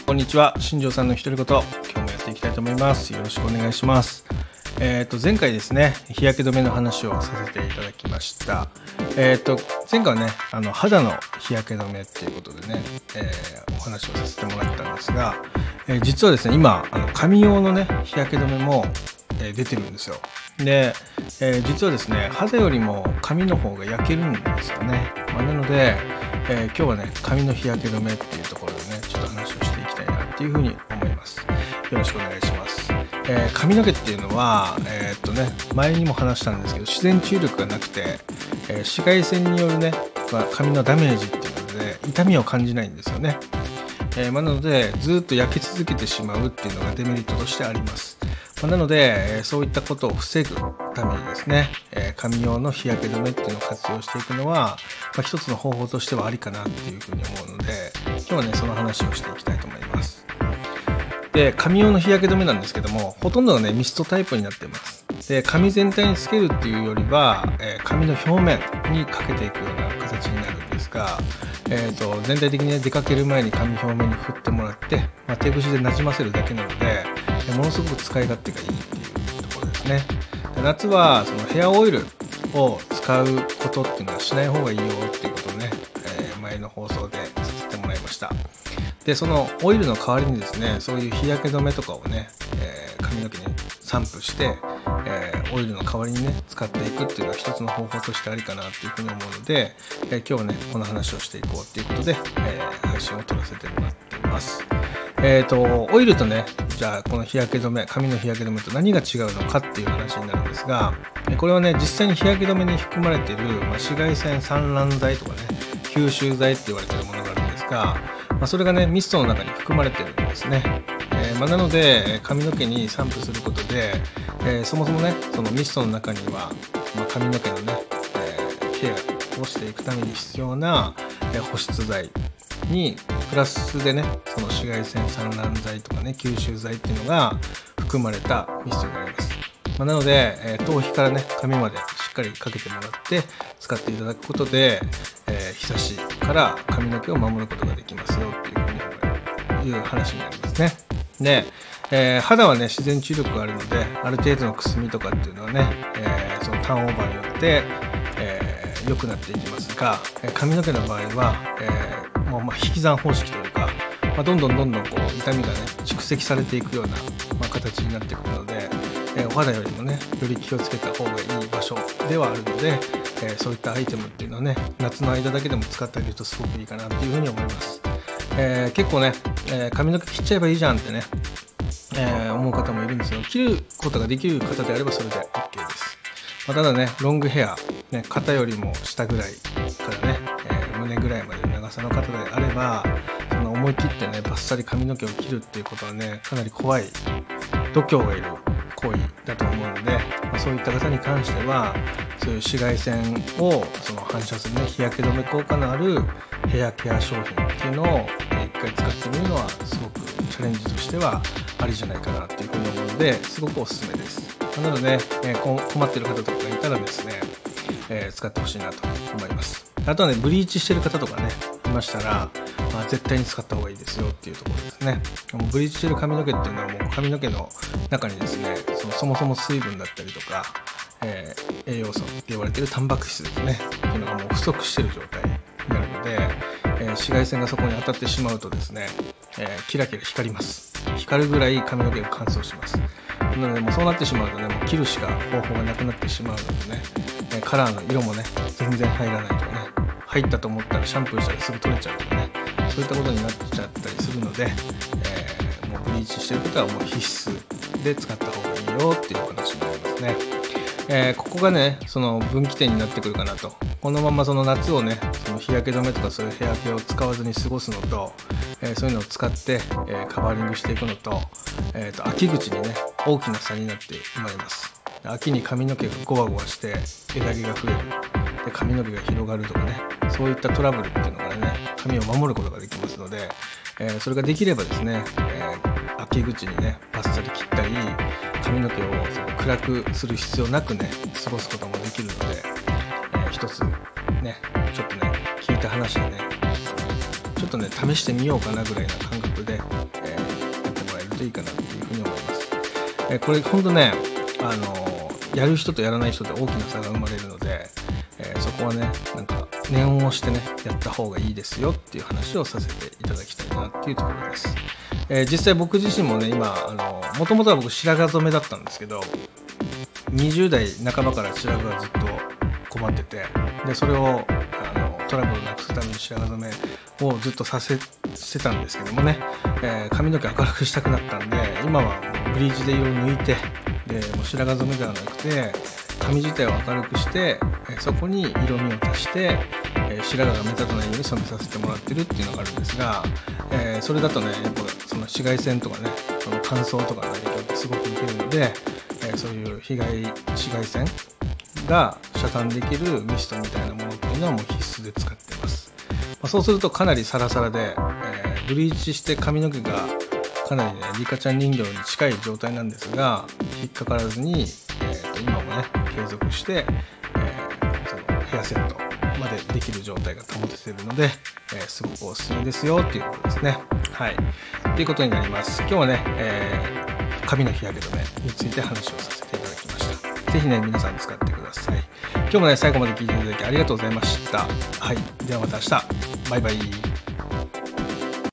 こんにちは、新庄さんの独り言、今日もやっていきたいと思います。よろしくお願いします。前回ですね、日焼け止めの話をさせていただきました。前回はね、肌の日焼け止めっていうことでね、お話をさせてもらったんですが、実はですね、今髪用のね日焼け止めも、出てるんですよ。で、実はですね、肌よりも髪の方が焼けるんですよね。なので、今日はね、髪の日焼け止めっていうところでね、ちょっと話をしていきたいなっていうふうに思います。よろしくお願いします。髪の毛っていうのは、前にも話したんですけど、自然注力がなくて、紫外線によるね、髪のダメージっていうので、痛みを感じないんですよね。なのでずっと焼き続けてしまうっていうのがデメリットとしてあります。なのでそういったことを防ぐためにですね、髪用の日焼け止めっていうのを活用していくのは、一つの方法としてはありかなっていうふうに思うので、今日はねその話をしていきたいと思います。で、髪用の日焼け止めなんですけども、ほとんどがねミストタイプになっています。で、髪全体につけるっていうよりは、髪の表面にかけていくような形になるんですが、全体的に、ね、出かける前に髪表面に振ってもらって、手ぐしでなじませるだけなので、ものすごく使い勝手がいいっていうところですね。で、夏はそのヘアオイルを使うことっていうのはしない方がいいよっていうことをね、前の放送でさせてもらいました。で、そのオイルの代わりにですね、そういう日焼け止めとかをね、髪の毛に散布して、オイルの代わりにね使っていくっていうのは一つの方法としてありかなっていうふうに思うので、今日はねこの話をしていこうっていうことで、配信を撮らせてもらっています。オイルとね、じゃあこの日焼け止め、髪の日焼け止めと何が違うのかっていう話になるんですが、これはね実際に日焼け止めに含まれている、紫外線散乱剤とかね吸収剤って言われているものがあるんですが、それがねミストの中に含まれているんですね。なので髪の毛に散布することで、そもそもねそのミストの中には、髪の毛のね、ケアをしていくために必要な、保湿剤にプラスでねその紫外線散乱剤とかね吸収剤っていうのが含まれたミストになります。なので、頭皮からね髪までしっかりかけてもらって使っていただくことで、日差しから髪の毛を守ることができますよっていう話になりますね。で、肌はね自然注力があるので、ある程度のくすみとかっていうのはね、そのターンオーバーによって、良くなっていきますが、髪の毛の場合は、もう引き算方式というか、どんどんこう痛みがね蓄積されていくような、形になってくるので、お肌よりもねより気をつけた方がいい場所ではあるので、そういったアイテムっていうのはね夏の間だけでも使ってあげるとすごくいいかなっていうふうに思います。結構ね、髪の毛切っちゃえばいいじゃんってね、思う方もいるんですよ。切ることができる方であればそれで OK です。ただねロングヘア、ね、肩よりも下ぐらいからね、胸ぐらいまでの長さの方であれば、その思い切ってねバッサリ髪の毛を切るっていうことはねかなり怖い度胸がいる行為だと思うので、そういった方に関してはそういう紫外線をその反射するね日焼け止め効果のあるヘアケア商品っていうのを一回使ってみるのはすごくチャレンジとしてはありじゃないかなっていうふうに思うので、すごくおすすめです。なので、困っている方とかがいたらですね、使ってほしいなと思います。あとはねブリーチしてる方とかねいましたら、絶対に使った方がいいですよっていうところですね。もうブリーチしてる髪の毛っていうのはもう髪の毛の中にですねそもそも水分だったりとか、栄養素って言われているタンパク質ですねっていうのがもう不足している状態になるので、紫外線がそこに当たってしまうとですね、キラキラ光ります。光るぐらい髪の毛が乾燥します。なのでもうそうなってしまうとねもう切るしか方法がなくなってしまうのでね、カラーの色もね全然入らないとかね、入ったと思ったらシャンプーしたらすぐ取れちゃうとかね、そういったことになっちゃったりするので、もうブリーチしてる方はもう必須で使った方がいいよっていう話になりますね。ここがねその分岐点になってくるかなと。このままその夏をねその日焼け止めとかそういうヘアケアを使わずに過ごすのと、そういうのを使って、カバーリングしていくのと、秋口にね大きな差になって生まれます。秋に髪の毛がゴワゴワして枝毛が増える、で髪の毛が広がるとかね、そういったトラブルっていうのがね髪を守ることができますので、それができればですね、秋口にねバッサリ切ったり髪の毛をその暗くする必要なくね過ごすこともできるので、一つねちょっとね聞いた話でねちちょっとね試してみようかなぐらいな感覚で、やってもらえるといいかなというふうに思います。これほんとねやる人とやらない人で大きな差が生まれるので、そこはねなんか念を押してねやった方がいいですよっていう話をさせていただきたいなっていうところです。実際僕自身もね今もともとは僕白髪染めだったんですけど、20代半ばから白髪がずっと困ってて、でそれをトラブルをなくすために白髪染めをずっとさせてたんですけどもね、髪の毛明るくしたくなったんで、今はブリーチで色を抜いて、でもう白髪染めではなくて髪自体を明るくして、そこに色味を足して、白髪が目立たないように染めさせてもらってるっていうのがあるんですが、それだとねやっぱその紫外線とかねその乾燥とかの影響ってすごく受けるので、そういう紫外線が遮断できるミストみたいなものっていうのはもう必須で使ってます。そうするとかなりサラサラで、ブリーチして髪の毛がかなりねリカちゃん人形に近い状態なんですが、引っかからずに、今もね継続して、そのヘアセットまでできる状態が保てているので、すごくおすすめですよっていうことですね。はい、ということになります。今日はね、髪の日焼け止めについて話をさせていただきました。ぜひね皆さん使ってください。今日もね最後まで聞いていただきありがとうございました。はい、ではまた明日。バイバイ。